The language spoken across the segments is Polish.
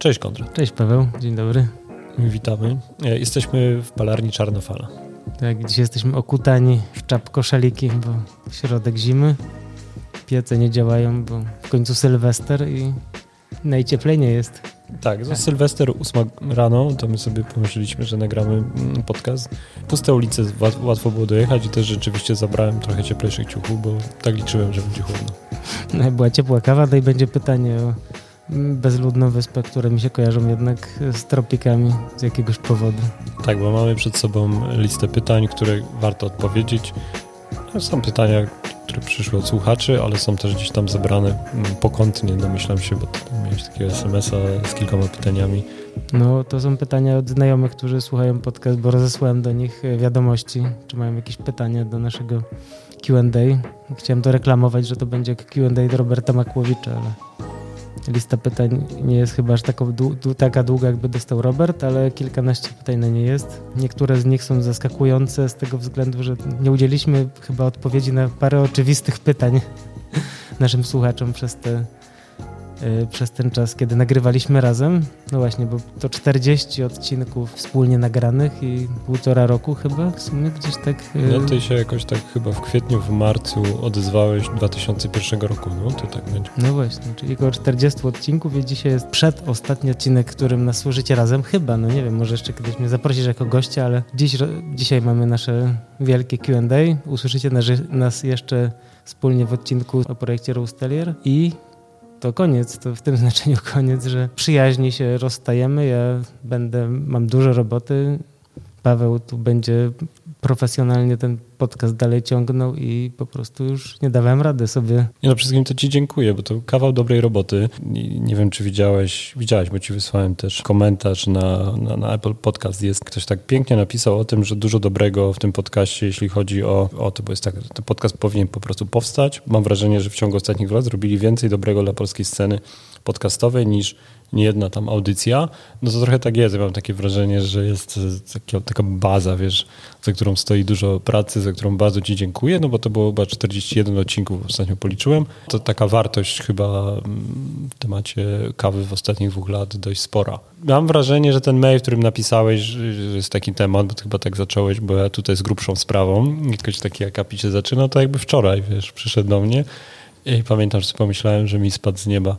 Cześć Konrad. Cześć Paweł, dzień dobry. Witamy. Jesteśmy w palarni Czarna Fala. Tak, dzisiaj jesteśmy okutani w czapko-szaliki, bo środek zimy. Piece nie działają, bo w końcu Sylwester i najcieplej nie jest. Tak, za Sylwester 8 rano, to my sobie pomyśleliśmy, że nagramy podcast. Puste ulice, łatwo było dojechać i też rzeczywiście zabrałem trochę cieplejszych ciuchów, bo tak liczyłem, że będzie chłodno. No, była ciepła kawa, no i będzie pytanie o bezludną wyspę, które mi się kojarzą jednak z tropikami z jakiegoś powodu. Tak, bo mamy przed sobą listę pytań, które warto odpowiedzieć. Są pytania, które przyszły od słuchaczy, ale są też gdzieś tam zebrane pokątnie, domyślam się, bo miałeś takiego SMS-a z kilkoma pytaniami. No, to są pytania od znajomych, którzy słuchają podcast, bo rozesłałem do nich wiadomości, czy mają jakieś pytania do naszego Q&A. Chciałem to reklamować, że to będzie Q&A do Roberta Makłowicza, ale lista pytań nie jest chyba aż taka długa, jakby dostał Robert, ale kilkanaście pytań na nie jest. Niektóre z nich są zaskakujące z tego względu, że nie udzieliliśmy chyba odpowiedzi na parę oczywistych pytań naszym słuchaczom przez ten czas, kiedy nagrywaliśmy razem. No właśnie, bo to 40 odcinków wspólnie nagranych i 1,5 roku chyba w sumie gdzieś tak... No ty się jakoś tak chyba w kwietniu, w marcu odezwałeś 2001 roku, no to tak będzie. No właśnie, czyli około 40 odcinków i dzisiaj jest przedostatni odcinek, którym nas służycie razem. Chyba, no nie wiem, może jeszcze kiedyś mnie zaprosisz jako gościa, ale dzisiaj mamy nasze wielkie Q&A. Usłyszycie nas jeszcze wspólnie w odcinku o projekcie Roastelier i to koniec, to w tym znaczeniu koniec, że przyjaźni się rozstajemy, mam dużo roboty, Paweł tu będzie profesjonalnie ten podcast dalej ciągnął i po prostu już nie dawałem rady sobie. Ja przede wszystkim to ci dziękuję, bo to kawał dobrej roboty. Nie wiem, czy widziałeś, bo ci wysłałem też komentarz na Apple Podcast. Ktoś tak pięknie napisał o tym, że dużo dobrego w tym podcaście, jeśli chodzi o to, bo jest tak, ten podcast powinien po prostu powstać. Mam wrażenie, że w ciągu ostatnich lat zrobili więcej dobrego dla polskiej sceny podcastowej niż niejedna tam audycja. No to trochę tak jest. Ja mam takie wrażenie, że jest taka baza, wiesz, za którą stoi dużo pracy, za którą bardzo ci dziękuję, no bo to było chyba 41 odcinków, ostatnio policzyłem. To taka wartość chyba w temacie kawy w ostatnich 2 lat dość spora. Mam wrażenie, że ten mail, w którym napisałeś, że jest taki temat, bo ty chyba tak zacząłeś, bo ja tutaj z grubszą sprawą, ktoś taki akapit się zaczyna, to jakby wczoraj, wiesz, przyszedł do mnie i pamiętam, że sobie pomyślałem, że mi spadł z nieba.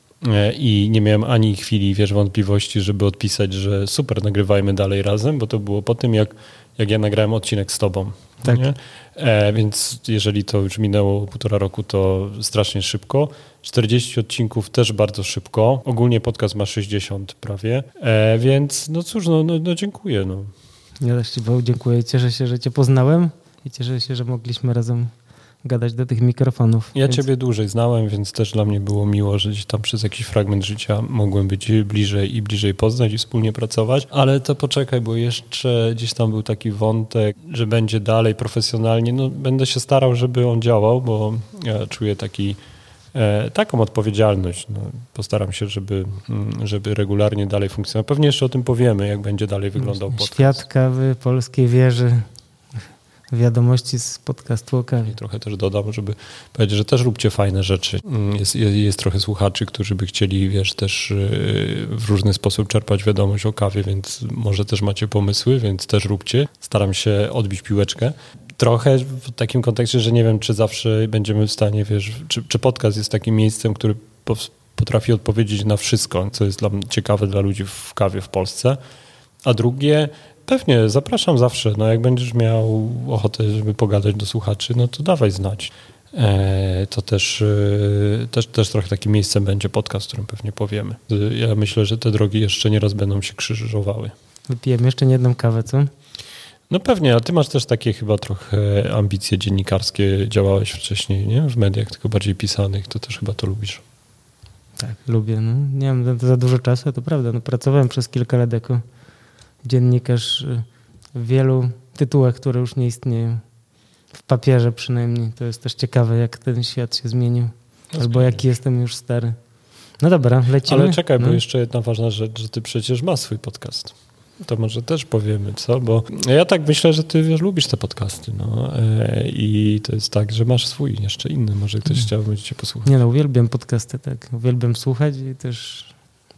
I nie miałem ani chwili, wiesz, wątpliwości, żeby odpisać, że super, nagrywajmy dalej razem, bo to było po tym, jak ja nagrałem odcinek z tobą. Tak. Nie? Więc jeżeli to już minęło 1,5 roku, to strasznie szybko. 40 odcinków też bardzo szybko. Ogólnie podcast ma 60 prawie. Więc no cóż, no dziękuję. No. Ja też ci dziękuję. Cieszę się, że cię poznałem i cieszę się, że mogliśmy razem gadać do tych mikrofonów. Ja ciebie dłużej znałem, więc też dla mnie było miło, że gdzieś tam przez jakiś fragment życia mogłem być bliżej poznać i wspólnie pracować. Ale to poczekaj, bo jeszcze gdzieś tam był taki wątek, że będzie dalej profesjonalnie. No, będę się starał, żeby on działał, bo ja czuję taką odpowiedzialność. No, postaram się, żeby regularnie dalej funkcjonował. Pewnie jeszcze o tym powiemy, jak będzie dalej wyglądał podcast. Świat kawy, polskiej wieży. Wiadomości z podcastu o kawie. I trochę też dodam, żeby powiedzieć, że też róbcie fajne rzeczy. Jest trochę słuchaczy, którzy by chcieli, wiesz, też w różny sposób czerpać wiadomość o kawie, więc może też macie pomysły, więc też róbcie. Staram się odbić piłeczkę. Trochę w takim kontekście, że nie wiem, czy zawsze będziemy w stanie, wiesz, czy podcast jest takim miejscem, który potrafi odpowiedzieć na wszystko, co jest ciekawe dla ludzi w kawie w Polsce. A drugie, pewnie, zapraszam zawsze. No jak będziesz miał ochotę, żeby pogadać do słuchaczy, no to dawaj znać. To też trochę takim miejscem będzie podcast, w którym pewnie powiemy. Ja myślę, że te drogi jeszcze nieraz będą się krzyżowały. Wypijemy jeszcze nie jedną kawę, co? No pewnie, a ty masz też takie chyba trochę ambicje dziennikarskie. Działałeś wcześniej, nie? W mediach, tylko bardziej pisanych. To też chyba to lubisz. Tak, lubię. No. Nie mam na to za dużo czasu, to prawda. No, pracowałem przez kilka lat jako dziennikarz w wielu tytułach, które już nie istnieją. W papierze przynajmniej. To jest też ciekawe, jak ten świat się zmienił. Albo jaki jestem już stary. No dobra, lecimy. Ale czekaj, bo jeszcze jedna ważna rzecz, że ty przecież masz swój podcast. To może też powiemy, co? Bo ja tak myślę, że ty, wiesz, lubisz te podcasty, no. I to jest tak, że masz swój jeszcze inny. Może ktoś chciałby cię posłuchać. Nie no, uwielbiam podcasty, tak. Uwielbiam słuchać i też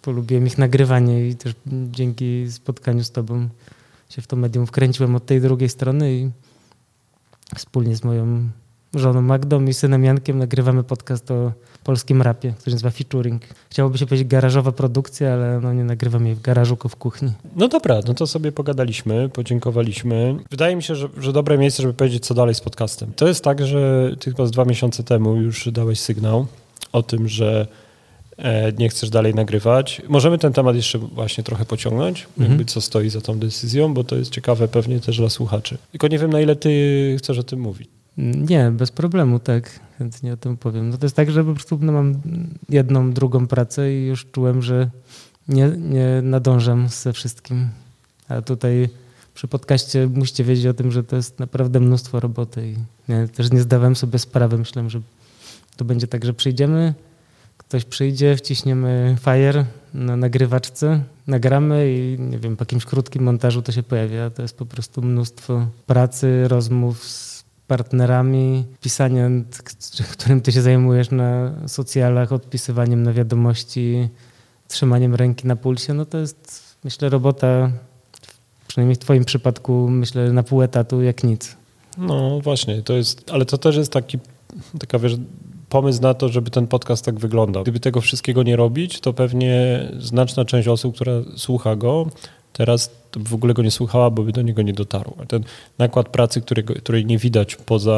polubiłem ich nagrywanie i też dzięki spotkaniu z tobą się w to medium wkręciłem od tej drugiej strony i wspólnie z moją żoną Magdą i synem Jankiem nagrywamy podcast o polskim rapie, który nazywa Featuring. Chciałoby się powiedzieć garażowa produkcja, ale no nie nagrywam jej w garażu, tylko w kuchni. No dobra, no to sobie pogadaliśmy, podziękowaliśmy. Wydaje mi się, że dobre miejsce, żeby powiedzieć, co dalej z podcastem. To jest tak, że ty chyba z 2 miesiące temu już dałeś sygnał o tym, że nie chcesz dalej nagrywać. Możemy ten temat jeszcze właśnie trochę pociągnąć, jakby co stoi za tą decyzją, bo to jest ciekawe pewnie też dla słuchaczy. Tylko nie wiem, na ile ty chcesz o tym mówić. Nie, bez problemu, tak. Chętnie o tym powiem. No to jest tak, że po prostu mam jedną, drugą pracę i już czułem, że nie nadążam ze wszystkim. A tutaj przy podcaście musicie wiedzieć o tym, że to jest naprawdę mnóstwo roboty i też nie zdawałem sobie sprawy. Myślałem, że to będzie tak, że przyjdziemy, ktoś przyjdzie, wciśniemy Fire na nagrywaczce, nagramy i nie wiem, po jakimś krótkim montażu to się pojawia. To jest po prostu mnóstwo pracy, rozmów z partnerami, pisania, którym ty się zajmujesz na socjalach, odpisywaniem na wiadomości, trzymaniem ręki na pulsie. No to jest, myślę, robota, przynajmniej w twoim przypadku, myślę, na pół etatu jak nic. No właśnie, to jest, ale to też jest taka wiesz, pomysł na to, żeby ten podcast tak wyglądał. Gdyby tego wszystkiego nie robić, to pewnie znaczna część osób, która słucha go, teraz w ogóle go nie słuchała, bo by do niego nie dotarło. Ten nakład pracy, której nie widać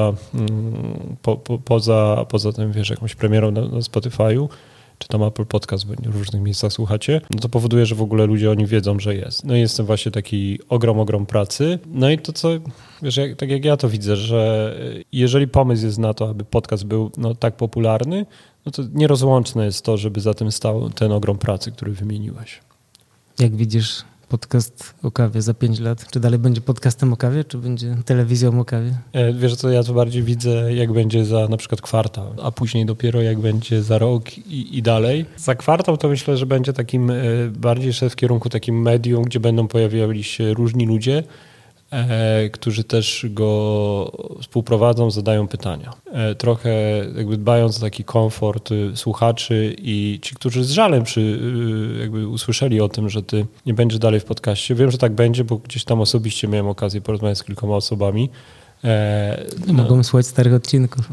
poza tym, wiesz, jakąś premierą na Spotify'u, czy tam Apple Podcast, bo w różnych miejscach słuchacie, no to powoduje, że w ogóle ludzie o nim wiedzą, że jest. No i jest to właśnie taki ogrom pracy. No i to, co, wiesz, tak jak ja to widzę, że jeżeli pomysł jest na to, aby podcast był tak popularny, no to nierozłączne jest to, żeby za tym stał ten ogrom pracy, który wymieniłeś. Jak widzisz podcast o kawie za 5 lat? Czy dalej będzie podcastem o kawie, czy będzie telewizją o kawie? Wiesz co, ja to bardziej widzę, jak będzie za na przykład kwartał, a później dopiero jak będzie za rok i dalej. Za kwartał to myślę, że będzie takim bardziej szedł w kierunku takim medium, gdzie będą pojawiali się różni ludzie, którzy też go współprowadzą, zadają pytania. Trochę jakby dbając o taki komfort słuchaczy i ci, którzy z żalem jakby usłyszeli o tym, że ty nie będziesz dalej w podcaście. Wiem, że tak będzie, bo gdzieś tam osobiście miałem okazję porozmawiać z kilkoma osobami. Mogą słuchać starych odcinków.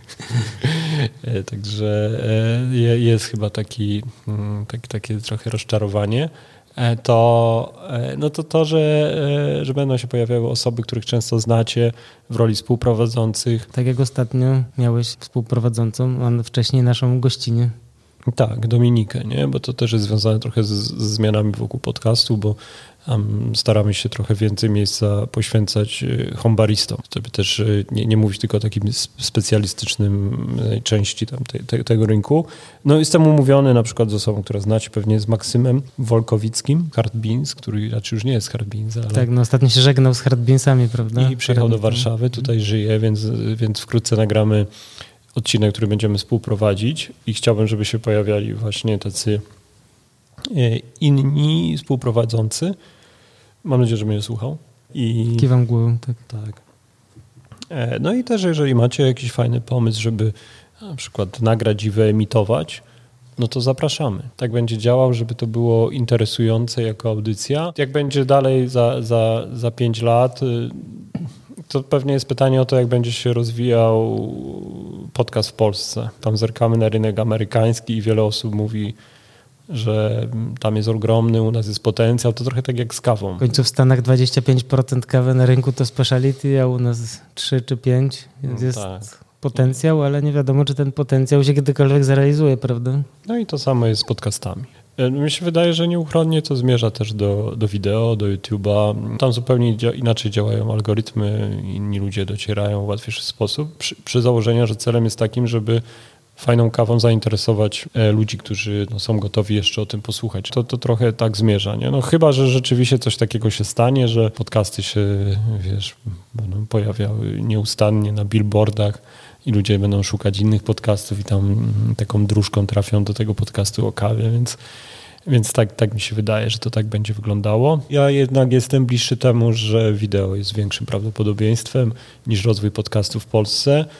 Także jest chyba takie trochę rozczarowanie. Że będą się pojawiały osoby, których często znacie w roli współprowadzących. Tak jak ostatnio miałeś współprowadzącą, a wcześniej naszą gościnę. Tak, Dominikę, nie? Bo to też jest związane trochę z zmianami wokół podcastu, bo staramy się trochę więcej miejsca poświęcać homebaristom, żeby też nie mówić tylko o takim specjalistycznym części tam tego rynku. No jestem umówiony na przykład z osobą, która znacie pewnie, z Maksymem Wolkowickim, Hard Beans, który raczej już nie jest Hard Beans, ale... Tak, no ostatnio się żegnał z Hard Beansami, prawda? I przyjechał do Warszawy, tutaj żyje, więc wkrótce nagramy odcinek, który będziemy współprowadzić i chciałbym, żeby się pojawiali właśnie tacy inni współprowadzący. Mam nadzieję, że mnie słuchał. Kiwam głową, tak. No i też, jeżeli macie jakiś fajny pomysł, żeby na przykład nagrać i wyemitować, no to zapraszamy. Tak będzie działał, żeby to było interesujące jako audycja. Jak będzie dalej za 5 lat, to pewnie jest pytanie o to, jak będzie się rozwijał podcast w Polsce. Tam zerkamy na rynek amerykański i wiele osób mówi, że tam jest ogromny, u nas jest potencjał, to trochę tak jak z kawą. W końcu w Stanach 25% kawy na rynku to speciality, a u nas 3 czy 5, więc jest potencjał, ale nie wiadomo, czy ten potencjał się kiedykolwiek zrealizuje, prawda? No i to samo jest z podcastami. Mi się wydaje, że nieuchronnie to zmierza też do wideo, do YouTube'a. Tam zupełnie inaczej działają algorytmy, inni ludzie docierają w łatwiejszy sposób. Przy założeniu, że celem jest takim, żeby fajną kawą zainteresować ludzi, którzy są gotowi jeszcze o tym posłuchać. To trochę tak zmierza, nie? No chyba, że rzeczywiście coś takiego się stanie, że podcasty się, będą pojawiały nieustannie na billboardach i ludzie będą szukać innych podcastów i tam taką dróżką trafią do tego podcastu o kawie, więc tak mi się wydaje, że to tak będzie wyglądało. Ja jednak jestem bliższy temu, że wideo jest większym prawdopodobieństwem niż rozwój podcastu w Polsce.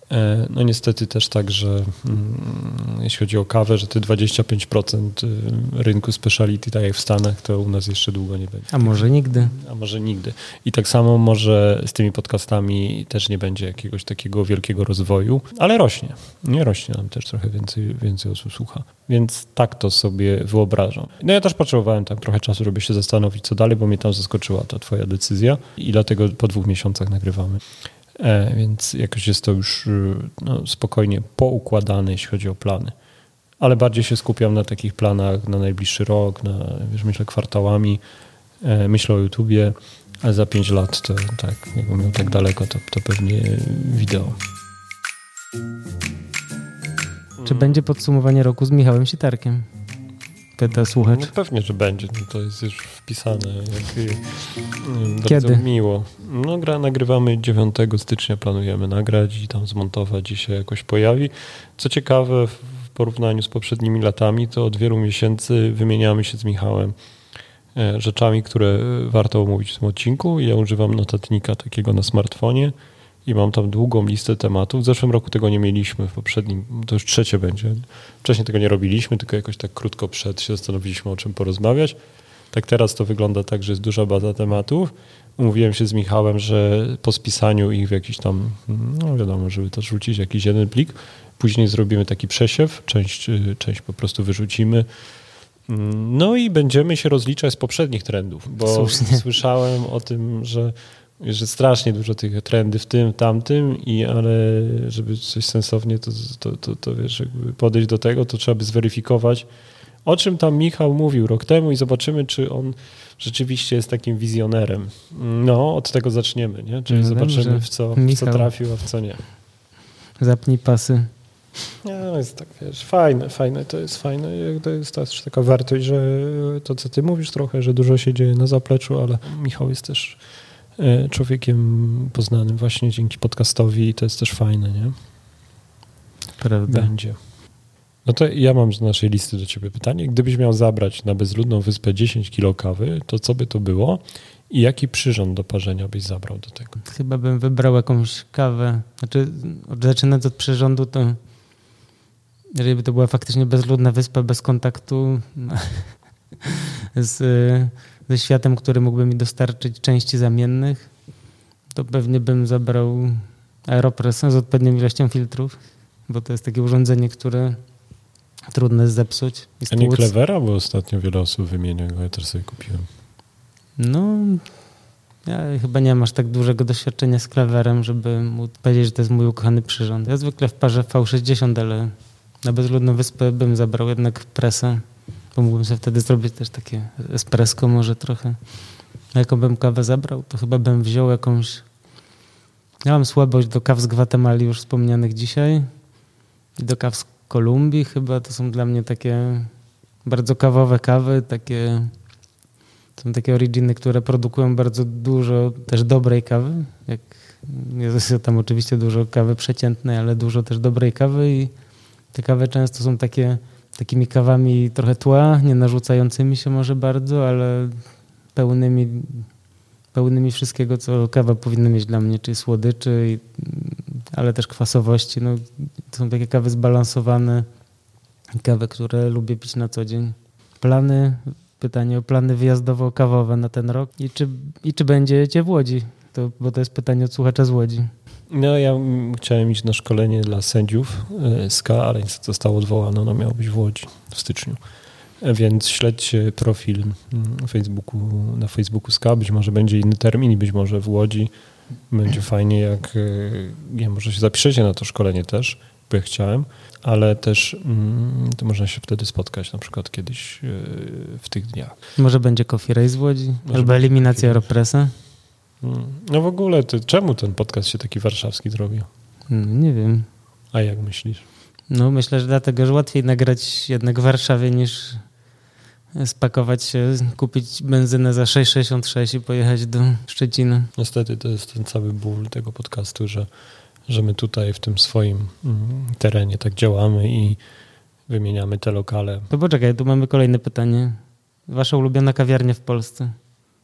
No niestety też tak, że jeśli chodzi o kawę, że te 25% rynku speciality, tak jak w Stanach, to u nas jeszcze długo nie będzie. A może nigdy. A może nigdy. I tak samo może z tymi podcastami też nie będzie jakiegoś takiego wielkiego rozwoju, ale rośnie. Nie rośnie nam też trochę więcej osób słucha. Więc tak to sobie wyobrażam. No ja też potrzebowałem tam trochę czasu, żeby się zastanowić, co dalej, bo mnie tam zaskoczyła ta twoja decyzja i dlatego po 2 miesiącach nagrywamy. Więc jakoś jest to już spokojnie poukładane, jeśli chodzi o plany. Ale bardziej się skupiam na takich planach na najbliższy rok, myślę kwartałami, myślę o YouTubie, ale za 5 lat to tak, jakbym miał tak daleko, to pewnie wideo. Czy będzie podsumowanie roku z Michałem Sitarkiem? Pyta słuchacz. No pewnie, że będzie. No to jest już wpisane. Kiedy? Bardzo miło. No nagrywamy 9 stycznia, planujemy nagrać i tam zmontować i się jakoś pojawi. Co ciekawe, w porównaniu z poprzednimi latami, to od wielu miesięcy wymieniamy się z Michałem rzeczami, które warto omówić w tym odcinku. Ja używam notatnika takiego na smartfonie i mam tam długą listę tematów. W zeszłym roku tego nie mieliśmy, w poprzednim, to już 3 będzie. Wcześniej tego nie robiliśmy, tylko jakoś tak krótko przed się zastanowiliśmy, o czym porozmawiać. Tak teraz to wygląda tak, że jest duża baza tematów. Umówiłem się z Michałem, że po spisaniu ich w jakiś tam, wiadomo, żeby też rzucić jakiś jeden plik, później zrobimy taki przesiew, część po prostu wyrzucimy. No i będziemy się rozliczać z poprzednich trendów, bo Słusznie. Słyszałem o tym, że strasznie dużo tych trendów w tym, tamtym, ale żeby coś sensownie, to wiesz, jakby podejść do tego, to trzeba by zweryfikować, o czym tam Michał mówił rok temu i zobaczymy, czy on rzeczywiście jest takim wizjonerem. No, od tego zaczniemy, nie? Czyli zobaczymy, w co trafił, a w co nie. Zapnij pasy. No, jest tak, wiesz, fajne, to jest fajne. To jest też taka wartość, że to, co ty mówisz trochę, że dużo się dzieje na zapleczu, ale Michał jest też człowiekiem poznanym właśnie dzięki podcastowi i to jest też fajne, nie? Prawda. Będzie. No to ja mam z naszej listy do ciebie pytanie. Gdybyś miał zabrać na bezludną wyspę 10 kilo kawy, to co by to było i jaki przyrząd do parzenia byś zabrał do tego? Chyba bym wybrał jakąś kawę. Znaczy, zaczynając od przyrządu, to jeżeli by to była faktycznie bezludna wyspa bez kontaktu ze światem, który mógłby mi dostarczyć części zamiennych, to pewnie bym zabrał Aeropress z odpowiednią ilością filtrów, bo to jest takie urządzenie, które trudno jest zepsuć. A nie Clevera, bo ostatnio wiele osób wymienia go, ja też sobie kupiłem. No, ja chyba nie mam aż tak dużego doświadczenia z Cleverem, żeby móc powiedzieć, że to jest mój ukochany przyrząd. Ja zwykle w parze V60, ale na bezludną wyspę bym zabrał jednak presę, bo mógłbym sobie wtedy zrobić też takie espresso może trochę. A jaką bym kawę zabrał, to chyba bym wziął jakąś... Ja mam słabość do kaw z Gwatemali już wspomnianych dzisiaj i do kaw z Kolumbii chyba. To są dla mnie takie bardzo kawowe kawy, są takie originy, które produkują bardzo dużo też dobrej kawy. Jest tam oczywiście dużo kawy przeciętnej, ale dużo też dobrej kawy i te kawy często są takimi kawami trochę tła, nie narzucającymi się może bardzo, ale pełnymi wszystkiego, co kawa powinna mieć dla mnie, czyli słodyczy, ale też kwasowości. No, to są takie kawy zbalansowane, kawy, które lubię pić na co dzień. Pytanie o plany wyjazdowo-kawowe na ten rok i czy będziecie w Łodzi, bo to jest pytanie od słuchacza z Łodzi. No ja chciałem iść na szkolenie dla sędziów SKA, ale niestety zostało odwołane, ono miało być w Łodzi w styczniu. Więc śledźcie profil na Facebooku SKA, być może będzie inny termin i być może w Łodzi będzie fajnie, jak może się zapiszecie na to szkolenie też, bo ja chciałem, ale też to można się wtedy spotkać na przykład kiedyś w tych dniach. Może będzie Coffee Race w Łodzi? Albo eliminacja Aeropressa? No w ogóle, czemu ten podcast się taki warszawski zrobił? Nie wiem. A jak myślisz? No myślę, że dlatego, że łatwiej nagrać jednak w Warszawie niż spakować się, kupić benzynę za 6,66 i pojechać do Szczecina. Niestety to jest ten cały ból tego podcastu, że my tutaj w tym swoim terenie tak działamy i wymieniamy te lokale. To poczekaj, tu mamy kolejne pytanie. Wasza ulubiona kawiarnia w Polsce?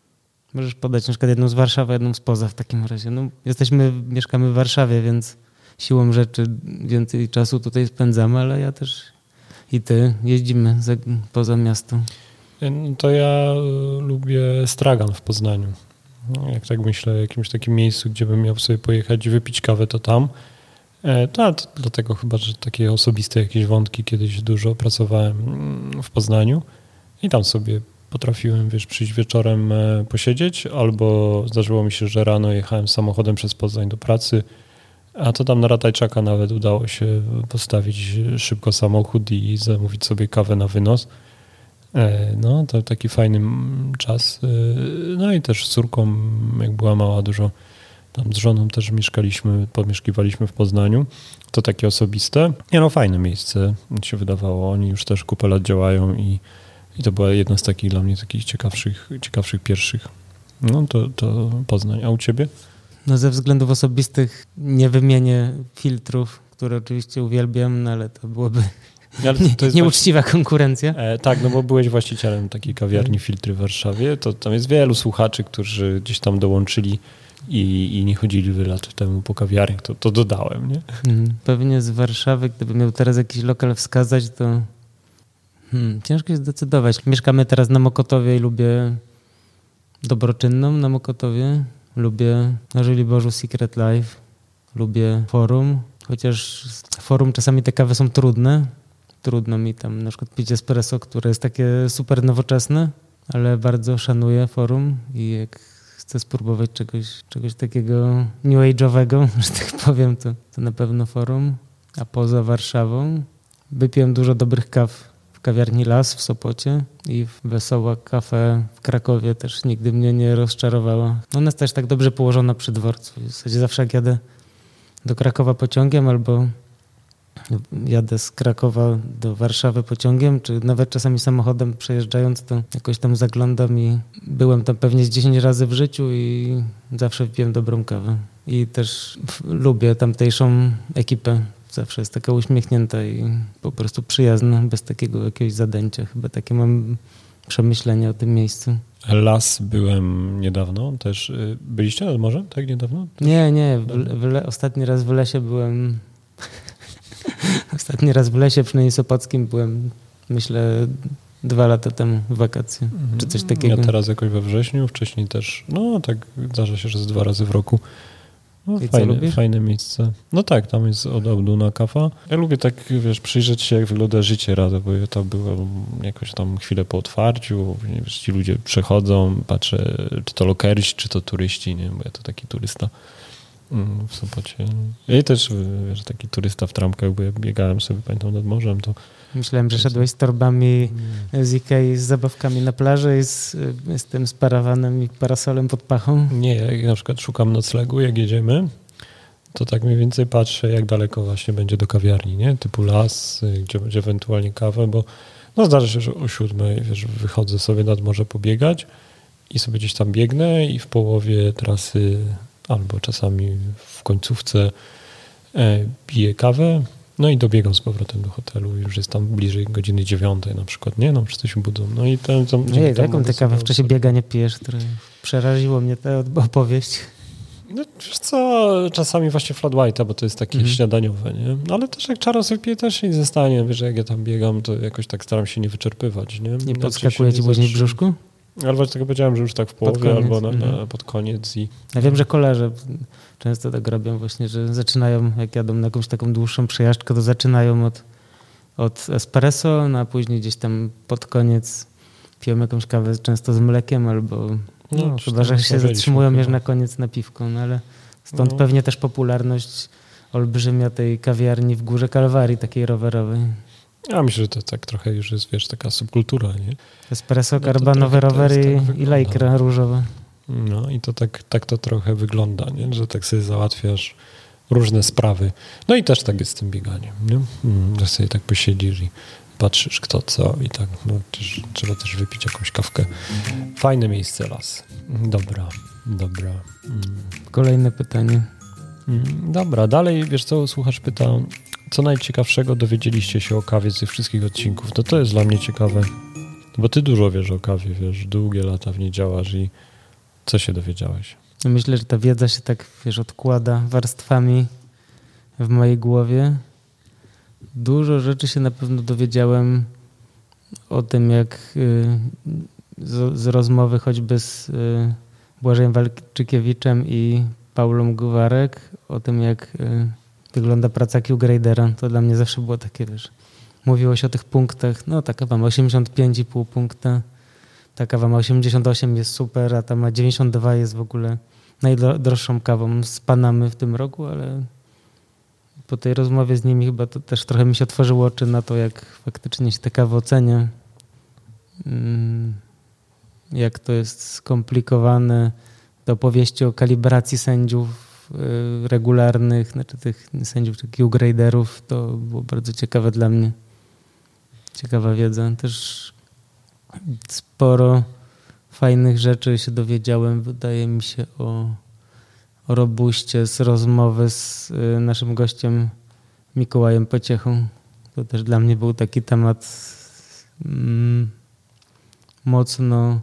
Możesz podać na przykład jedną z Warszawy, jedną spoza w takim razie. No, mieszkamy w Warszawie, więc siłą rzeczy więcej czasu tutaj spędzamy, ale ja też i ty jeździmy poza miasto. To ja lubię stragan w Poznaniu. Jak tak myślę o jakimś takim miejscu, gdzie bym miał sobie pojechać i wypić kawę, to tam. To dlatego chyba, że takie osobiste jakieś wątki kiedyś dużo pracowałem w Poznaniu i tam sobie potrafiłem, przyjść wieczorem posiedzieć, albo zdarzyło mi się, że rano jechałem samochodem przez Poznań do pracy, a to tam na Ratajczaka nawet udało się postawić szybko samochód i zamówić sobie kawę na wynos. No, to taki fajny czas. No i też z córką, jak była mała, dużo tam z żoną też pomieszkiwaliśmy w Poznaniu. To takie osobiste. Fajne miejsce mi się wydawało. Oni już też kupę lat działają i to była jedna z takich dla mnie takich ciekawszych pierwszych. No to Poznań. A u ciebie? No ze względów osobistych nie wymienię filtrów, które oczywiście uwielbiam, no ale to byłoby to jest nieuczciwa konkurencja. Tak, no bo byłeś właścicielem takiej kawiarni Filtry w Warszawie. To tam jest wielu słuchaczy, którzy gdzieś tam dołączyli i nie chodzili lat temu po kawiarniach. To dodałem, nie? Pewnie z Warszawy, gdybym miał teraz jakiś lokal wskazać, to ciężko jest zdecydować. Mieszkamy teraz na Mokotowie i lubię Dobroczynną na Mokotowie. Lubię na Żyliborzu Secret Life. Lubię Forum. Chociaż Forum czasami te kawy są trudne. Trudno mi tam na przykład pić espresso, które jest takie super nowoczesne, ale bardzo szanuję Forum i jak chcę spróbować czegoś takiego new age'owego, że tak powiem, to na pewno Forum. A poza Warszawą wypiłem dużo dobrych kaw w kawiarni Las w Sopocie i Wesoła Cafe w Krakowie też nigdy mnie nie rozczarowała. Ona jest też tak dobrze położona przy dworcu. W zasadzie zawsze jak jadę do Krakowa pociągiem albo jadę z Krakowa do Warszawy pociągiem, czy nawet czasami samochodem przejeżdżając, to jakoś tam zaglądam i byłem tam pewnie z 10 razy w życiu i zawsze wypiłem dobrą kawę. I też lubię tamtejszą ekipę. Zawsze jest taka uśmiechnięta i po prostu przyjazna, bez takiego jakiegoś zadęcia. Chyba takie mam przemyślenia o tym miejscu. Las byłem niedawno też. Byliście nad morzem, tak niedawno? Nie. Ostatni raz w lesie byłem... Ostatni raz w lesie, przynajmniej sopockim, byłem, myślę, 2 lata temu w wakacje, czy coś takiego. Ja teraz jakoś we wrześniu, wcześniej też, tak zdarza się, że z 2 razy w roku. Fajne miejsce. No tak, tam jest od Ołduna kawa. Ja lubię tak, przyjrzeć się, jak wygląda życie rada, bo ja tam byłem jakoś tam chwilę po otwarciu, ci ludzie przechodzą, patrzę, czy to lokersi, czy to turyści, nie? Bo ja to taki turysta w Sopocie. Ja też, taki turysta w trampkach, bo ja biegałem sobie, pamiętam, nad morzem, to... Myślałem, że szedłeś z torbami z Ikei, z zabawkami na plaży i z tym parawanem i parasolem pod pachą. Nie, jak na przykład szukam noclegu, jak jedziemy, to tak mniej więcej patrzę, jak daleko właśnie będzie do kawiarni, nie? Typu Las, gdzie będzie ewentualnie kawę, bo zdarza się, że o 7:00, wychodzę sobie nad morze pobiegać i sobie gdzieś tam biegnę i w połowie trasy albo czasami w końcówce piję kawę, no i dobiegam z powrotem do hotelu, już jest tam bliżej godziny 9:00 na przykład, nie? Wszyscy się budzą. No i tam jaką ty kawę w czasie biegania pijesz? Przeraziło mnie ta opowieść. No wiesz co, czasami właśnie flat white'a, bo to jest takie śniadaniowe, nie? No ale też jak czarno sobie piję, też się nie zostanie. Wiesz, jak ja tam biegam, to jakoś tak staram się nie wyczerpywać, nie? Nie podskakuje ci później w brzuszku? Ale właśnie tego powiedziałem, że już tak w połowie albo pod koniec. Ja wiem, że kolarze często tak robią właśnie, że zaczynają, jak jadą na jakąś taką dłuższą przejażdżkę, to zaczynają od espresso, no a później gdzieś tam pod koniec piją jakąś kawę często z mlekiem albo chyba, że się zatrzymują już na koniec na piwko, no ale stąd pewnie też popularność olbrzymia tej kawiarni w Górze Kalwarii, takiej rowerowej. Ja myślę, że to tak trochę już jest, taka subkultura, nie? Espresso, karbanowe rowery i lajkra różowa. No i to tak to trochę wygląda, nie? Że tak sobie załatwiasz różne sprawy. No i też tak jest z tym bieganiem, nie? Że sobie tak posiedzisz i patrzysz kto co i tak, trzeba też wypić jakąś kawkę. Fajne miejsce Las. Dobra. Kolejne pytanie. Dobra, dalej, wiesz co, słuchacz pyta, co najciekawszego dowiedzieliście się o kawie z tych wszystkich odcinków? To jest dla mnie ciekawe, bo ty dużo wiesz o kawie, długie lata w niej działasz i co się dowiedziałeś? Myślę, że ta wiedza się tak, odkłada warstwami w mojej głowie. Dużo rzeczy się na pewno dowiedziałem o tym, jak z rozmowy choćby z Błażejem Walczykiewiczem i Paulą Guwarek, o tym, jak wygląda praca Q-Gradera. To dla mnie zawsze było takie, wiesz, mówiło się o tych punktach, no ta kawa ma 85,5 punkta, ta kawa ma 88, jest super, a ta ma 92, jest w ogóle najdroższą kawą z Panamy w tym roku, ale po tej rozmowie z nimi chyba to też trochę mi się otworzyło oczy na to, jak faktycznie się te kawy ocenia, jak to jest skomplikowane, do opowieści o kalibracji sędziów regularnych, znaczy tych sędziów, czy Q-graderów, to było bardzo ciekawe dla mnie. Ciekawa wiedza. Też sporo fajnych rzeczy się dowiedziałem, wydaje mi się, o robuście z rozmowy z naszym gościem Mikołajem Pociechą. To też dla mnie był taki temat mocno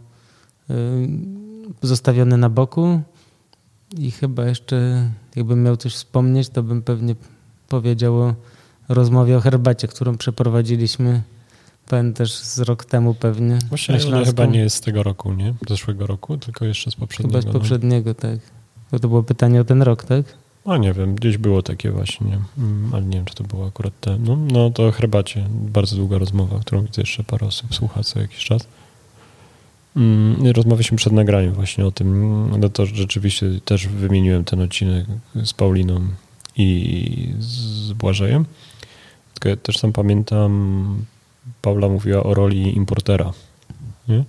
zostawiony na boku i chyba jeszcze jakbym miał coś wspomnieć, to bym pewnie powiedział o rozmowie o herbacie, którą przeprowadziliśmy. Pamiętasz z rok temu pewnie. Właśnie ale chyba nie jest z tego roku, nie? Z zeszłego roku, tylko jeszcze z poprzedniego. Chyba z poprzedniego, tak. To było pytanie o ten rok, tak? No nie wiem, gdzieś było takie właśnie, ale nie wiem, czy to było akurat te. No to o herbacie. Bardzo długa rozmowa, którą widzę jeszcze parę osób słucha co jakiś czas. Rozmawialiśmy przed nagraniem właśnie o tym. No to rzeczywiście też wymieniłem ten odcinek z Pauliną i z Błażejem. Tylko ja też sam pamiętam, Paula mówiła o roli importera. Nie?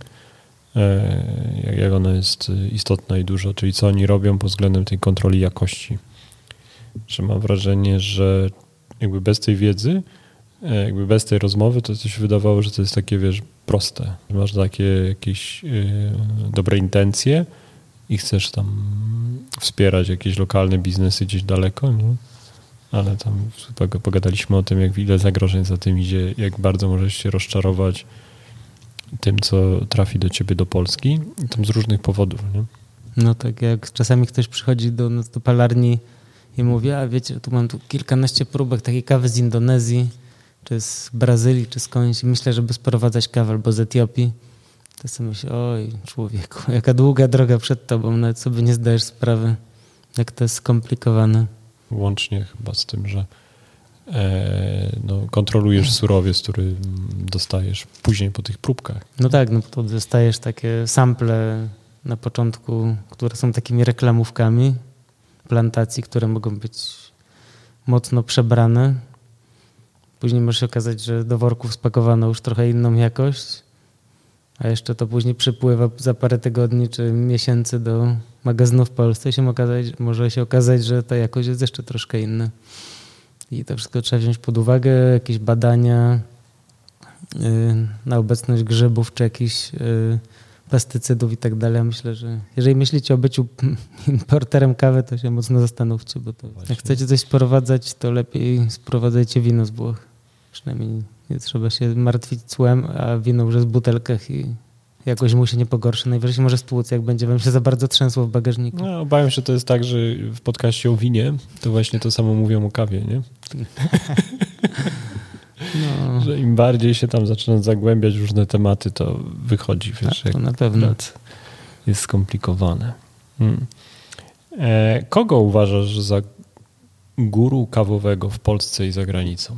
Jak ona jest istotna i dużo, czyli co oni robią pod względem tej kontroli jakości. Że mam wrażenie, że jakby bez tej wiedzy, jakby bez tej rozmowy, to się wydawało, że to jest takie, wiesz, proste. Masz takie jakieś dobre intencje i chcesz tam wspierać jakieś lokalne biznesy gdzieś daleko, nie? Ale tam pogadaliśmy o tym, jak ile zagrożeń za tym idzie, jak bardzo możesz się rozczarować tym, co trafi do ciebie do Polski i tam z różnych powodów, nie? No tak, jak czasami ktoś przychodzi do palarni i mówi, a wiecie, mam tu kilkanaście próbek takiej kawy z Indonezji, czy z Brazylii, czy skądś i myślę, żeby sprowadzać kawę albo z Etiopii, to sobie myślę, oj człowieku, jaka długa droga przed tobą, nawet sobie nie zdajesz sprawy, jak to jest skomplikowane. Łącznie chyba z tym, że kontrolujesz surowiec, który dostajesz później po tych próbkach. No tak, no to dostajesz takie sample na początku, które są takimi reklamówkami plantacji, które mogą być mocno przebrane. Później może się okazać, że do worków spakowano już trochę inną jakość, a jeszcze to później przypływa za parę tygodni czy miesięcy do magazynów w Polsce i może się okazać, że ta jakość jest jeszcze troszkę inna. I to wszystko trzeba wziąć pod uwagę, jakieś badania na obecność grzybów czy jakichś pestycydów i tak dalej. Myślę, że jeżeli myślicie o byciu importerem kawy, to się mocno zastanówcie, bo to jak chcecie coś sprowadzać, to lepiej sprowadzajcie wino z Włoch. Przynajmniej nie trzeba się martwić cłem, a wino już jest w butelkach i jakoś mu się nie pogorszy. Najwyżej może stłuc, jak będzie wam się za bardzo trzęsło w bagażniku. No, obawiam się, że to jest tak, że w podcaście o winie to właśnie to samo mówią o kawie, nie? No. Że im bardziej się tam zaczyna zagłębiać w różne tematy, to wychodzi, wiesz, tak, to na pewno jest skomplikowane. Kogo uważasz za guru kawowego w Polsce i za granicą?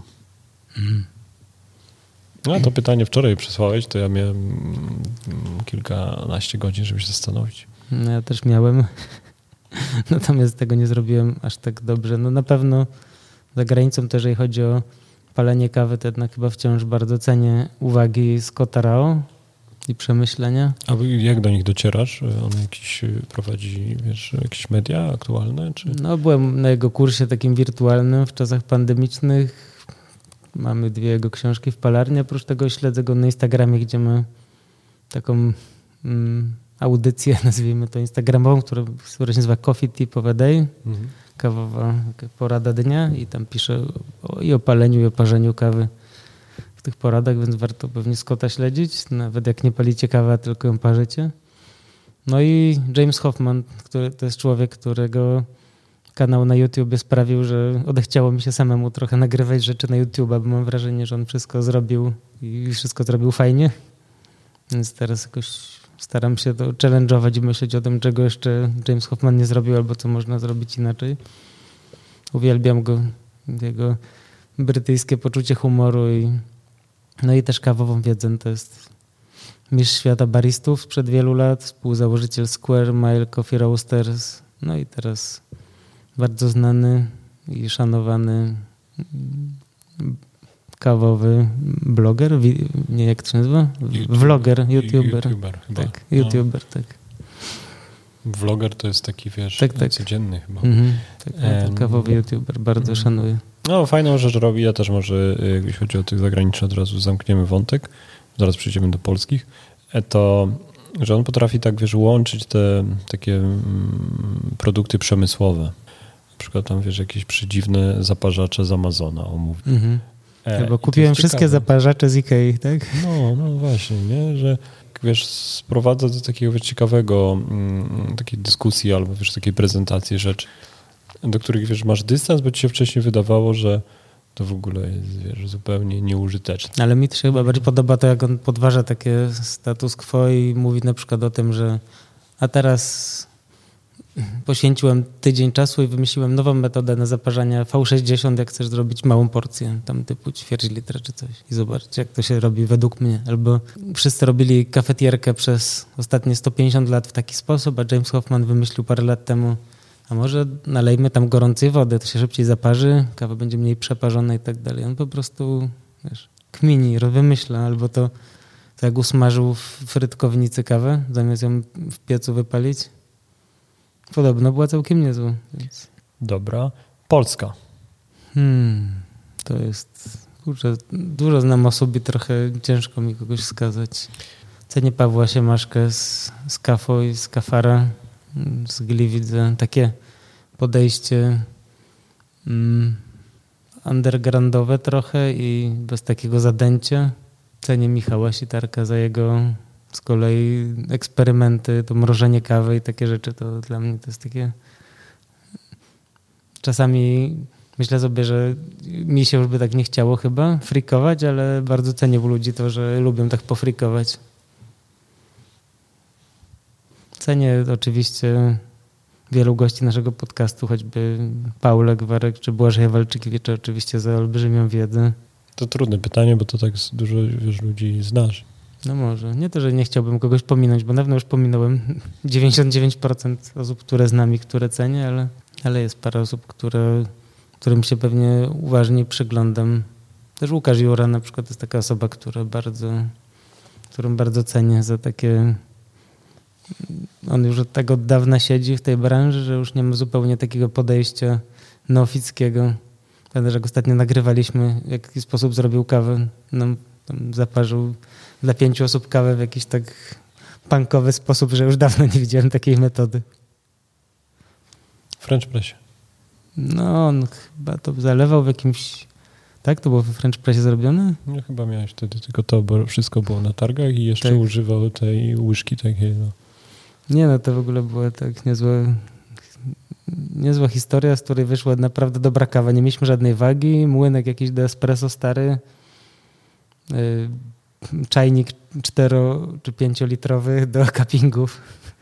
No to pytanie wczoraj przesłałeś, to ja miałem kilkanaście godzin, żeby się zastanowić. No ja też miałem. Natomiast tego nie zrobiłem aż tak dobrze. No na pewno za granicą też, jeżeli chodzi o palenie kawy, to jednak chyba wciąż bardzo cenię uwagi Scotta Rao i przemyślenia. A jak do nich docierasz? On prowadzi, wiesz, jakieś media aktualne? Czy? No byłem na jego kursie takim wirtualnym w czasach pandemicznych. Mamy 2 jego książki w palarni. Oprócz tego śledzę go na Instagramie, gdzie ma taką audycję, nazwijmy to instagramową, która się nazywa Coffee Tip of a Day. Kawowa porada dnia i tam pisze i o paleniu, i o parzeniu kawy w tych poradach, więc warto pewnie Scotta śledzić, nawet jak nie palicie kawy, a tylko ją parzycie. No i James Hoffman, który to jest człowiek, którego kanał na YouTubie sprawił, że odechciało mi się samemu trochę nagrywać rzeczy na YouTube'a, bo mam wrażenie, że on wszystko zrobił i wszystko zrobił fajnie. Więc teraz jakoś staram się to challenge'ować i myśleć o tym, czego jeszcze James Hoffman nie zrobił, albo co można zrobić inaczej. Uwielbiam go, jego brytyjskie poczucie humoru i też kawową wiedzę. To jest mistrz świata baristów sprzed wielu lat, współzałożyciel Square Mile Coffee Roasters, no i teraz bardzo znany i szanowany kawowy bloger, nie, jak to się nazywa? Vloger, YouTuber. Tak, YouTuber, tak. Vloger to jest taki, wiesz, codzienny chyba. Kawowy YouTuber, bardzo szanuję. No, fajną rzecz robi, ja też może, jeśli chodzi o tych zagranicznych, od razu zamkniemy wątek, zaraz przejdziemy do polskich, to, że on potrafi tak, wiesz, łączyć te takie produkty przemysłowe. Na przykład tam, wiesz, jakieś przedziwne zaparzacze z Amazona omówić. Bo kupiłem wszystkie zaparzacze z Ikei, tak? No właśnie, nie? Że wiesz, sprowadza do takiego, wiesz, ciekawego takiej dyskusji albo, wiesz, takiej prezentacji rzeczy, do których, wiesz, masz dystans, bo ci się wcześniej wydawało, że to w ogóle jest, wiesz, zupełnie nieużyteczne. Ale mi się chyba bardziej podoba to, jak on podważa takie status quo i mówi na przykład o tym, że a teraz poświęciłem tydzień czasu i wymyśliłem nową metodę na zaparzanie V60, jak chcesz zrobić małą porcję, tam typu ćwierć litra czy coś. I zobaczcie, jak to się robi według mnie. Albo wszyscy robili kafetierkę przez ostatnie 150 lat w taki sposób, a James Hoffman wymyślił parę lat temu, a może nalejmy tam gorącej wody, to się szybciej zaparzy, kawa będzie mniej przeparzona i tak dalej. On po prostu, wiesz, kmini, wymyśla, albo to jak usmażył w frytkownicy kawę, zamiast ją w piecu wypalić. Podobno była całkiem niezła. Więc... Dobra. Polska. To jest... Kurczę, dużo znam osób i trochę ciężko mi kogoś wskazać. Cenię Pawła Siemaszkę z Kafo i z Kafara. Z Gli widzę takie podejście undergroundowe trochę i bez takiego zadęcia. Cenię Michała Sitarka za jego z kolei eksperymenty, to mrożenie kawy i takie rzeczy, to dla mnie to jest takie... Czasami myślę sobie, że mi się już by tak nie chciało chyba frikować, ale bardzo cenię u ludzi to, że lubią tak pofrikować. Cenię oczywiście wielu gości naszego podcastu, choćby Paulek, Warek czy Błażej Walczykiewicz, oczywiście za olbrzymią wiedzę. To trudne pytanie, bo to tak dużo, wiesz, ludzi znasz. No może. Nie to, że nie chciałbym kogoś pominąć, bo dawno już pominąłem 99% osób, które znam i które cenię, ale jest parę osób, którym się pewnie uważnie przyglądam. Też Łukasz Jura na przykład jest taka osoba, którą bardzo cenię za takie... On już od tego od dawna siedzi w tej branży, że już nie ma zupełnie takiego podejścia neofickiego. Pamiętam, że jak ostatnio nagrywaliśmy, w jaki sposób zrobił kawę. Nam tam zaparzył dla 5 osób kawę w jakiś tak punkowy sposób, że już dawno nie widziałem takiej metody. French Pressie. No, on chyba to zalewał w jakimś... Tak? To było we French Pressie zrobione? No chyba miałeś wtedy tylko to, bo wszystko było na targach i jeszcze używał tej łyżki takiej, no. Nie, no to w ogóle była tak niezła historia, z której wyszła naprawdę dobra kawa. Nie mieliśmy żadnej wagi, młynek jakiś do espresso stary, czajnik 4 czy 5 litrowy do cuppingów.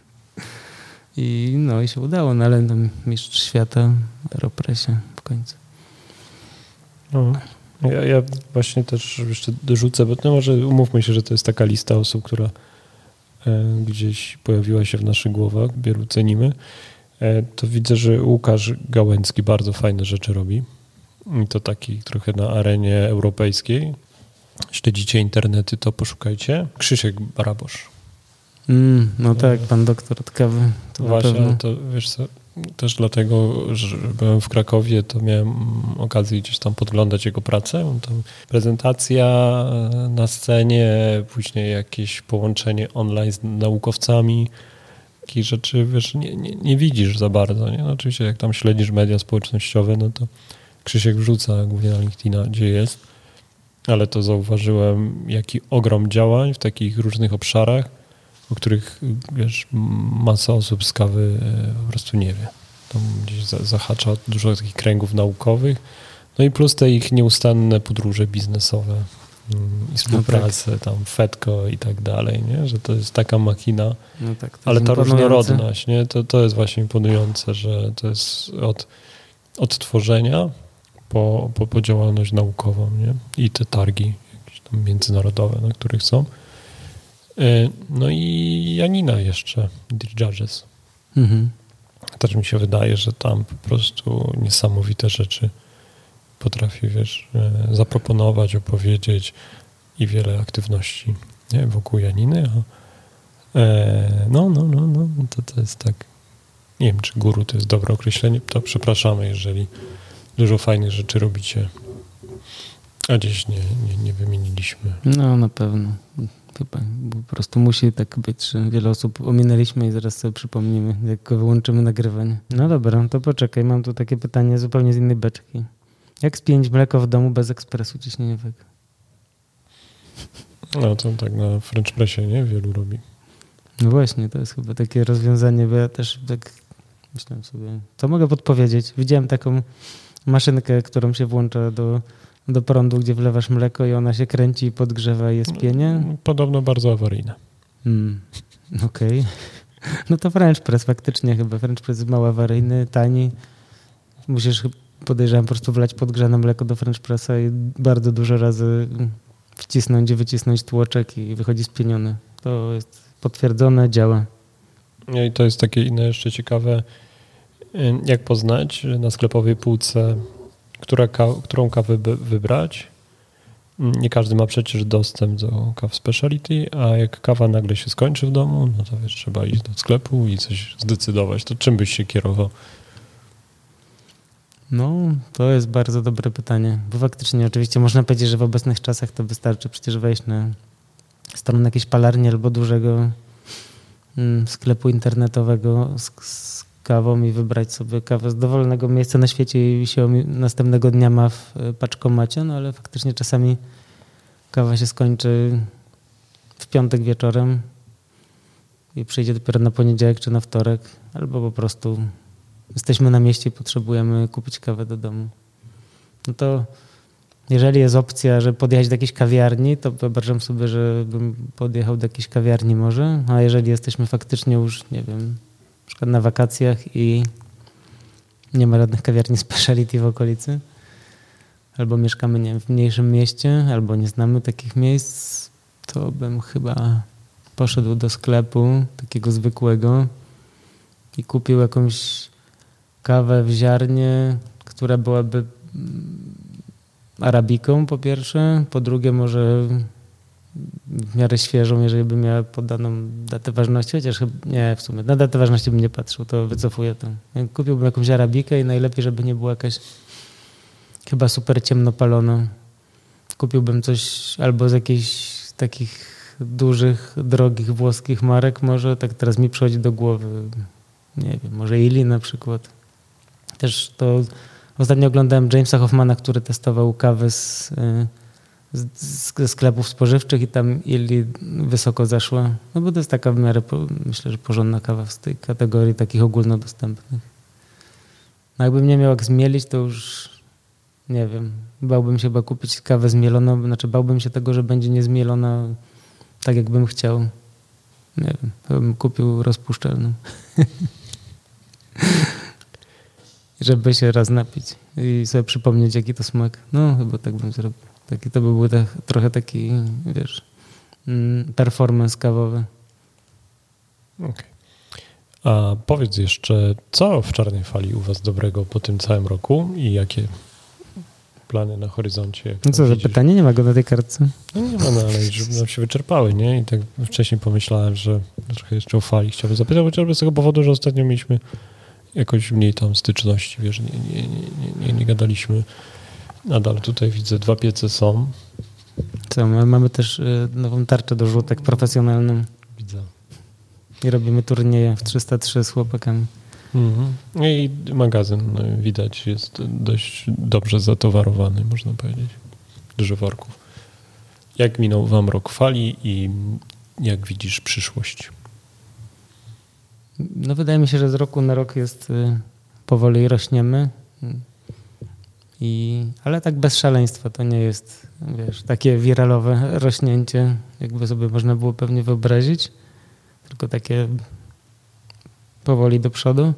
I się udało, no ale mistrz świata w Aeropressie w końcu. No. Ja właśnie też jeszcze dorzucę, bo może umówmy się, że to jest taka lista osób, która gdzieś pojawiła się w naszych głowach, wielu cenimy. To widzę, że Łukasz Gałęcki bardzo fajne rzeczy robi. I to taki trochę na arenie europejskiej. Śledzicie internety, to poszukajcie. Krzysiek Barabosz. No tak, pan doktor od kawy. To właśnie, to wiesz co, też dlatego, że byłem w Krakowie, to miałem okazję gdzieś tam podglądać jego pracę. Tam prezentacja na scenie, później jakieś połączenie online z naukowcami. Takich rzeczy, wiesz, nie widzisz za bardzo. Nie? No, oczywiście jak tam śledzisz media społecznościowe, no to Krzysiek wrzuca głównie na LinkedIna, gdzie jest. Ale to zauważyłem, jaki ogrom działań w takich różnych obszarach, o których, wiesz, masa osób z kawy po prostu nie wie. tam gdzieś zahacza dużo takich kręgów naukowych. No i plus te ich nieustanne podróże biznesowe i współpracę, tam FEDCO i tak dalej, nie? Że to jest taka machina, no tak, ale ta imponujące. różnorodność, nie? To jest właśnie imponujące, że to jest od tworzenia po działalność naukową, nie? I te targi jakieś tam międzynarodowe, na których są. No i Janina jeszcze, Dear Judges. Też mi się wydaje, że tam po prostu niesamowite rzeczy potrafi, zaproponować, opowiedzieć i wiele aktywności, nie? Wokół Janiny. To jest tak, nie wiem, czy guru to jest dobre określenie, to przepraszamy, jeżeli dużo fajnych rzeczy robicie, a gdzieś nie wymieniliśmy. No na pewno. Chyba, bo po prostu musi tak być, że wiele osób ominęliśmy i zaraz sobie przypomnimy, jak go wyłączymy nagrywanie. No dobra, to poczekaj, mam tu takie pytanie zupełnie z innej beczki. Jak spienić mleko w domu bez ekspresu ciśnieniowego? No to tak na French Pressie, nie? Wielu robi. No właśnie, to jest chyba takie rozwiązanie, bo ja też tak myślałem sobie, co mogę podpowiedzieć? Widziałem taką maszynkę, którą się włącza do prądu, gdzie wlewasz mleko i ona się kręci, podgrzewa i jest pienie. Podobno bardzo awaryjne. Okej. No to French Press faktycznie chyba. French Press jest mało awaryjny, tani. Musisz, podejrzewam, po prostu wlać podgrzane mleko do French Pressa i bardzo dużo razy wcisnąć i wycisnąć tłoczek i wychodzi spieniony. To jest potwierdzone, działa. I to jest takie inne jeszcze ciekawe, jak poznać na sklepowej półce, którą kawę wybrać. Nie każdy ma przecież dostęp do kaw speciality, a jak kawa nagle się skończy w domu, no to trzeba iść do sklepu i coś zdecydować. To czym byś się kierował? No, to jest bardzo dobre pytanie, bo faktycznie oczywiście można powiedzieć, że w obecnych czasach to wystarczy przecież wejść na stronę jakiejś palarni albo dużego sklepu internetowego z kawą i wybrać sobie kawę z dowolnego miejsca na świecie i się następnego dnia ma w paczkomacie, no ale faktycznie czasami kawa się skończy w piątek wieczorem i przyjdzie dopiero na poniedziałek czy na wtorek, albo po prostu jesteśmy na mieście i potrzebujemy kupić kawę do domu. No to jeżeli jest opcja, że podjechać do jakiejś kawiarni, to wyobrażam sobie, że bym podjechał do jakiejś kawiarni może, a jeżeli jesteśmy faktycznie już, nie wiem, na przykład na wakacjach i nie ma żadnych kawiarni speciality w okolicy, albo mieszkamy, nie wiem, w mniejszym mieście, albo nie znamy takich miejsc, to bym chyba poszedł do sklepu takiego zwykłego i kupił jakąś kawę w ziarnie, która byłaby arabiką po pierwsze, po drugie może w miarę świeżą, jeżeli by miała podaną datę ważności, chociaż nie, w sumie na datę ważności bym nie patrzył, to wycofuję to. Kupiłbym jakąś arabikę i najlepiej, żeby nie była jakaś chyba super ciemno palona. Kupiłbym coś albo z jakichś takich dużych, drogich włoskich marek może, tak teraz mi przychodzi do głowy, nie wiem, może Illy na przykład. Też to ostatnio oglądałem Jamesa Hoffmana, który testował kawę ze sklepów spożywczych i tam Illy wysoko zaszła. No bo to jest taka w miarę, myślę, że porządna kawa z tej kategorii takich ogólnodostępnych. No jakbym nie miał jak zmielić, to już nie wiem. Bałbym się chyba kupić kawę zmieloną, znaczy bałbym się tego, że będzie niezmielona tak, jakbym chciał. Nie wiem, to bym kupił rozpuszczalną. Żeby się raz napić i sobie przypomnieć, jaki to smak. No, chyba tak bym zrobił. To by był trochę taki, wiesz, performance kawowy. Okay. A powiedz jeszcze, co w Czarnej Fali u was dobrego po tym całym roku i jakie plany na horyzoncie? No co za pytanie? Nie ma go na tej kartce. No nie ma, no, ale żeby nam się wyczerpały, nie? I tak wcześniej pomyślałem, że trochę jeszcze o Fali chciałbym zapytać, chociażby z tego powodu, że ostatnio mieliśmy jakoś mniej tam styczności, wiesz, nie gadaliśmy. Nadal tutaj widzę, 2 piece są. Co, mamy też nową tarczę do rzutek profesjonalną. Widzę. I robimy turnieje w 303 z chłopakami. I magazyn, widać, jest dość dobrze zatowarowany, można powiedzieć. Dużo worków. Jak minął wam rok Fali i jak widzisz przyszłość? No wydaje mi się, że z roku na rok jest powoli rośniemy. Ale tak bez szaleństwa, to nie jest, takie wiralowe rośnięcie, jakby sobie można było pewnie wyobrazić, tylko takie powoli do przodu.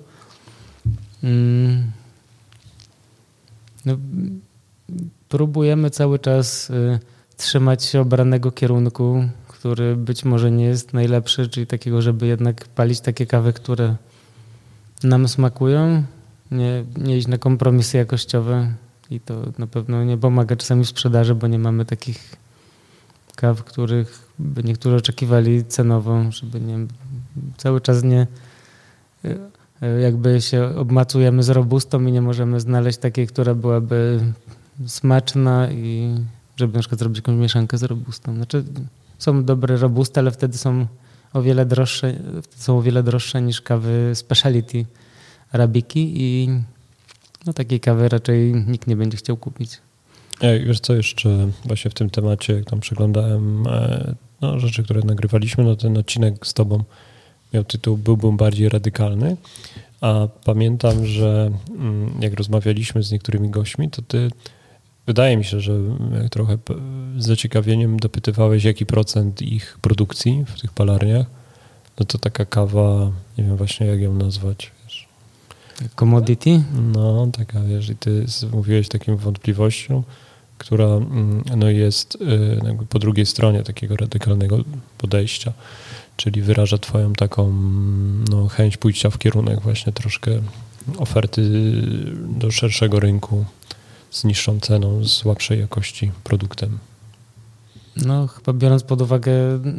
No, próbujemy cały czas trzymać się obranego kierunku, który być może nie jest najlepszy, czyli takiego, żeby jednak palić takie kawy, które nam smakują, nie iść na kompromisy jakościowe i to na pewno nie pomaga czasami w sprzedaży, bo nie mamy takich kaw, których by niektórzy oczekiwali cenowo, żeby cały czas nie jakby się obmacujemy z robustą i nie możemy znaleźć takiej, która byłaby smaczna i żeby na przykład zrobić jakąś mieszankę z robustą. Znaczy są dobre robusty, ale wtedy są o wiele droższe niż kawy speciality arabiki i takiej kawy raczej nikt nie będzie chciał kupić. Wiesz co, jeszcze właśnie w tym temacie, jak tam przeglądałem rzeczy, które nagrywaliśmy, no ten odcinek z tobą miał tytuł Byłbym bardziej radykalny, a pamiętam, że jak rozmawialiśmy z niektórymi gośćmi, to ty, wydaje mi się, że trochę z zaciekawieniem dopytywałeś, jaki procent ich produkcji w tych palarniach, no to taka kawa, nie wiem właśnie jak ją nazwać, wiesz. Commodity? No, taka, wiesz, i ty mówiłeś taką wątpliwością, która jest jakby po drugiej stronie takiego radykalnego podejścia, czyli wyraża twoją taką chęć pójścia w kierunek właśnie troszkę oferty do szerszego rynku z niższą ceną, z słabszej jakości produktem. No, chyba biorąc pod uwagę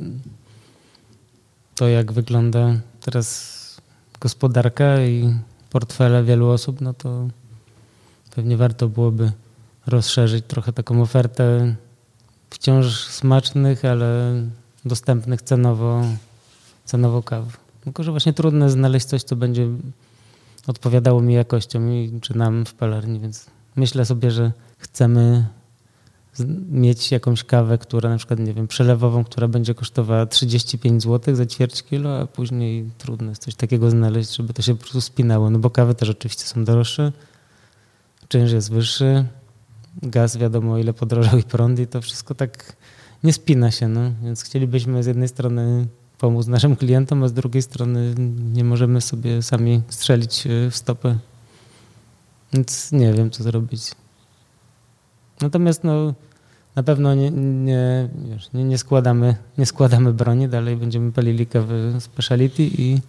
to, jak wygląda teraz gospodarka i portfele wielu osób, no to pewnie warto byłoby rozszerzyć trochę taką ofertę wciąż smacznych, ale dostępnych cenowo kaw. Tylko że właśnie trudno znaleźć coś, co będzie odpowiadało mi jakością czy nam w palarni, więc myślę sobie, że chcemy mieć jakąś kawę, która na przykład, nie wiem, przelewową, która będzie kosztowała 35 zł za ćwierć kilo, a później trudno jest coś takiego znaleźć, żeby to się po prostu spinało. No bo kawy też oczywiście są droższe, czynsz jest wyższy, gaz wiadomo o ile podrożał i prąd i to wszystko tak nie spina się. No. Więc chcielibyśmy z jednej strony pomóc naszym klientom, a z drugiej strony nie możemy sobie sami strzelić w stopę. Więc nie wiem, co zrobić. Natomiast na pewno nie składamy broni, dalej będziemy palili kawy speciality i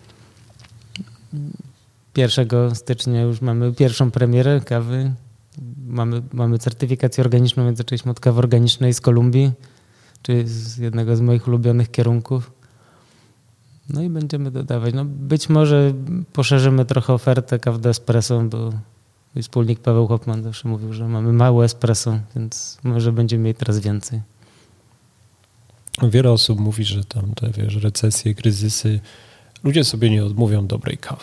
1 stycznia już mamy pierwszą premierę kawy. Mamy certyfikację organiczną, więc zaczęliśmy od kawy organicznej z Kolumbii, czyli z jednego z moich ulubionych kierunków. No i będziemy dodawać. Być może poszerzymy trochę ofertę kaw do espresso, bo mój wspólnik Paweł Hopman zawsze mówił, że mamy mało espresso, więc może będziemy mieli teraz więcej. Wiele osób mówi, że tam te, recesje, kryzysy, ludzie sobie nie odmówią dobrej kawy.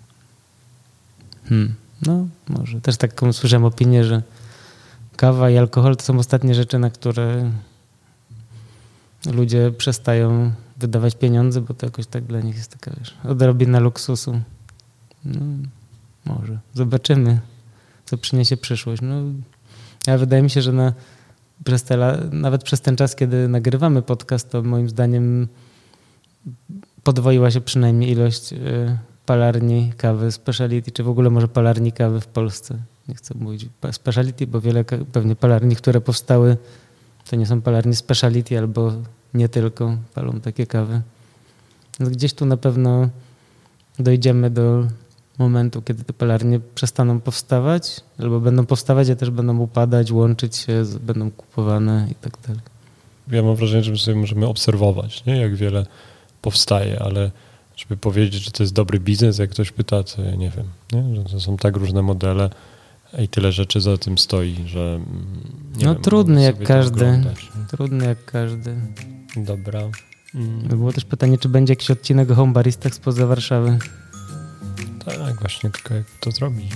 No, może. Też taką słyszałem opinię, że kawa i alkohol to są ostatnie rzeczy, na które ludzie przestają wydawać pieniądze, bo to jakoś tak dla nich jest taka, odrobina luksusu. Może. Zobaczymy, co przyniesie przyszłość. Wydaje mi się, że nawet przez ten czas, kiedy nagrywamy podcast, to moim zdaniem podwoiła się przynajmniej ilość palarni kawy speciality, czy w ogóle może palarni kawy w Polsce. Nie chcę mówić speciality, bo wiele pewnie palarni, które powstały, to nie są palarnie speciality albo nie tylko palą takie kawy. Więc gdzieś tu na pewno dojdziemy do momentu, kiedy te palarnie przestaną powstawać, albo będą powstawać, a też będą upadać, łączyć się, będą kupowane i tak dalej. Ja mam wrażenie, że my sobie możemy obserwować, nie? Jak wiele powstaje, ale żeby powiedzieć, że to jest dobry biznes, jak ktoś pyta, to ja nie wiem, nie? Że to są tak różne modele i tyle rzeczy za tym stoi, że nie wiem, trudny jak każdy. Trudny jak każdy. Dobra. Było też pytanie, czy będzie jakiś odcinek o Home Baristach spoza Warszawy. Tak, właśnie, tylko jak to zrobić.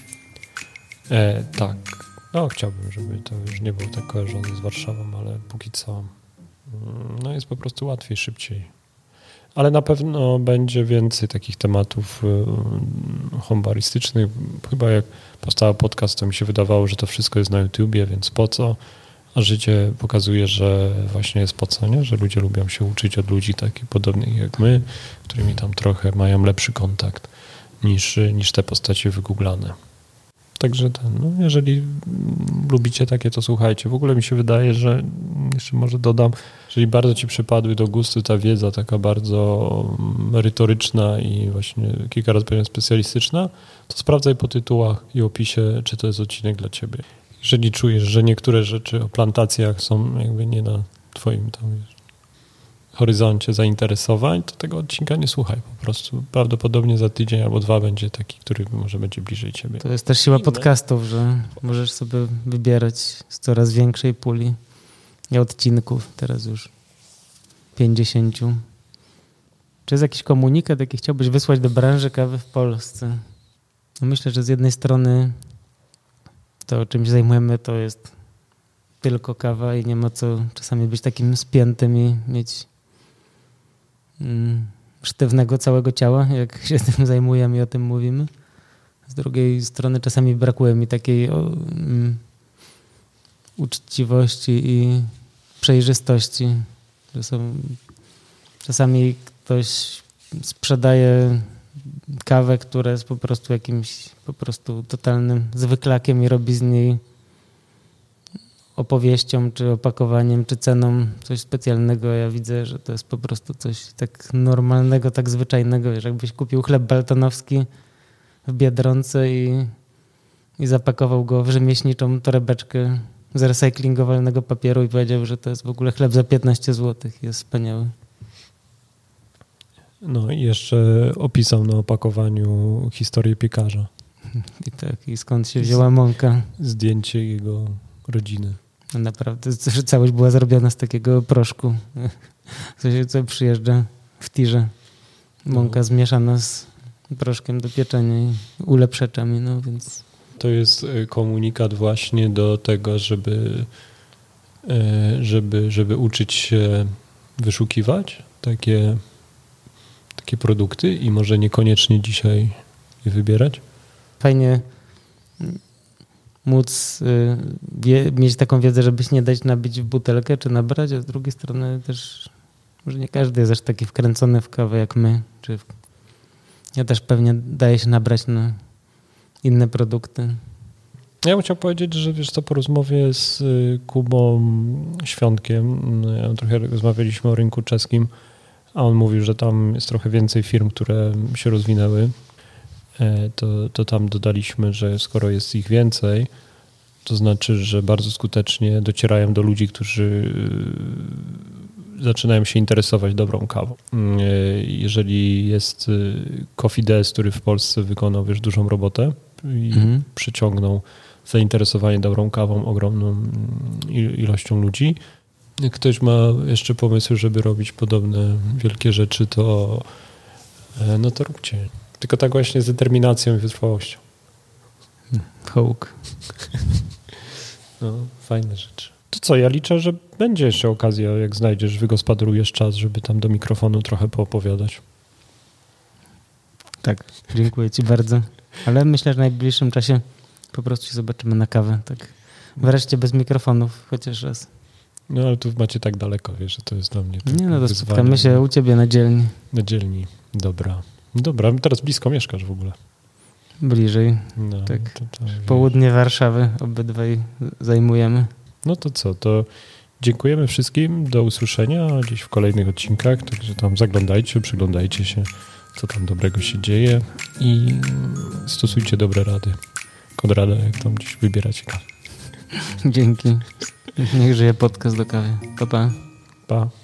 Tak. Chciałbym, żeby to już nie było tak kojarzone z Warszawą, ale póki co jest po prostu łatwiej, szybciej. Ale na pewno będzie więcej takich tematów homebaristycznych. Chyba jak powstał podcast, to mi się wydawało, że to wszystko jest na YouTubie, więc po co? A życie pokazuje, że właśnie jest po co, nie? Że ludzie lubią się uczyć od ludzi takich podobnych jak my, którymi tam trochę mają lepszy kontakt niż te postacie wygooglane. Także jeżeli lubicie takie, to słuchajcie. W ogóle mi się wydaje, że jeszcze może dodam, jeżeli bardzo ci przypadły do gustu ta wiedza taka bardzo merytoryczna i właśnie kilka razy powiem specjalistyczna, to sprawdzaj po tytułach i opisie, czy to jest odcinek dla ciebie. Jeżeli czujesz, że niektóre rzeczy o plantacjach są jakby nie na twoim tam horyzoncie zainteresowań, to tego odcinka nie słuchaj po prostu. Prawdopodobnie za tydzień albo 2 będzie taki, który może będzie bliżej ciebie. To jest też siła podcastów, że możesz sobie wybierać z coraz większej puli i odcinków, teraz już 50. Czy jest jakiś komunikat, jaki chciałbyś wysłać do branży kawy w Polsce? No myślę, że z jednej strony to, czym się zajmujemy, to jest tylko kawa i nie ma co czasami być takim spiętym i mieć sztywnego całego ciała, jak się tym zajmujemy i o tym mówimy. Z drugiej strony czasami brakuje mi takiej uczciwości i przejrzystości. Czasami ktoś sprzedaje kawę, która jest po prostu jakimś po prostu totalnym zwyklakiem i robi z niej opowieścią, czy opakowaniem, czy ceną coś specjalnego. Ja widzę, że to jest po prostu coś tak normalnego, tak zwyczajnego, że jakbyś kupił chleb baltonowski w Biedronce i zapakował go w rzemieślniczą torebeczkę z recyklingowalnego papieru i powiedział, że to jest w ogóle chleb za 15 zł. Jest wspaniały. No i jeszcze opisał na opakowaniu historię piekarza. I tak, i skąd się wzięła mąka. Zdjęcie jego rodziny. No naprawdę, że całość była zrobiona z takiego proszku. Co przyjeżdża w tirze. Mąka zmieszana z proszkiem do pieczenia i ulepszaczami, no więc... To jest komunikat właśnie do tego, żeby uczyć się wyszukiwać takie produkty i może niekoniecznie dzisiaj je wybierać? Fajnie móc mieć taką wiedzę, żeby się nie dać nabić w butelkę czy nabrać, a z drugiej strony też może nie każdy jest aż taki wkręcony w kawę jak my. Ja też pewnie daję się nabrać na inne produkty. Ja bym chciał powiedzieć, że wiesz co, po rozmowie z Kubą Świątkiem, trochę rozmawialiśmy o rynku czeskim, a on mówił, że tam jest trochę więcej firm, które się rozwinęły. To tam dodaliśmy, że skoro jest ich więcej, to znaczy, że bardzo skutecznie docierają do ludzi, którzy zaczynają się interesować dobrą kawą. Jeżeli jest Coffee Desk, który w Polsce wykonał dużą robotę i przyciągnął zainteresowanie dobrą kawą ogromną ilością ludzi, jak ktoś ma jeszcze pomysły, żeby robić podobne wielkie rzeczy, to róbcie. Tylko tak właśnie z determinacją i wytrwałością. Hołk. No, fajne rzeczy. To co, ja liczę, że będzie jeszcze okazja, jak znajdziesz, wygospodarujesz czas, żeby tam do mikrofonu trochę poopowiadać. Tak, dziękuję ci bardzo. Ale myślę, że w najbliższym czasie po prostu się zobaczymy na kawę. Tak wreszcie bez mikrofonów, chociaż raz. No ale tu macie tak daleko, wiesz, że to jest dla mnie nie, no to spotkamy się u ciebie na dzielni. Na dzielni, dobra. Teraz blisko mieszkasz w ogóle. Bliżej, no, tak. Południe Warszawy obydwaj zajmujemy. No to co, to dziękujemy wszystkim, do usłyszenia gdzieś w kolejnych odcinkach, także tam zaglądajcie, przyglądajcie się, co tam dobrego się dzieje i stosujcie dobre rady. Konrada, jak tam gdzieś wybieracie kawę. Dzięki. Niech żyje podcast do kawy. Pa, pa. Pa.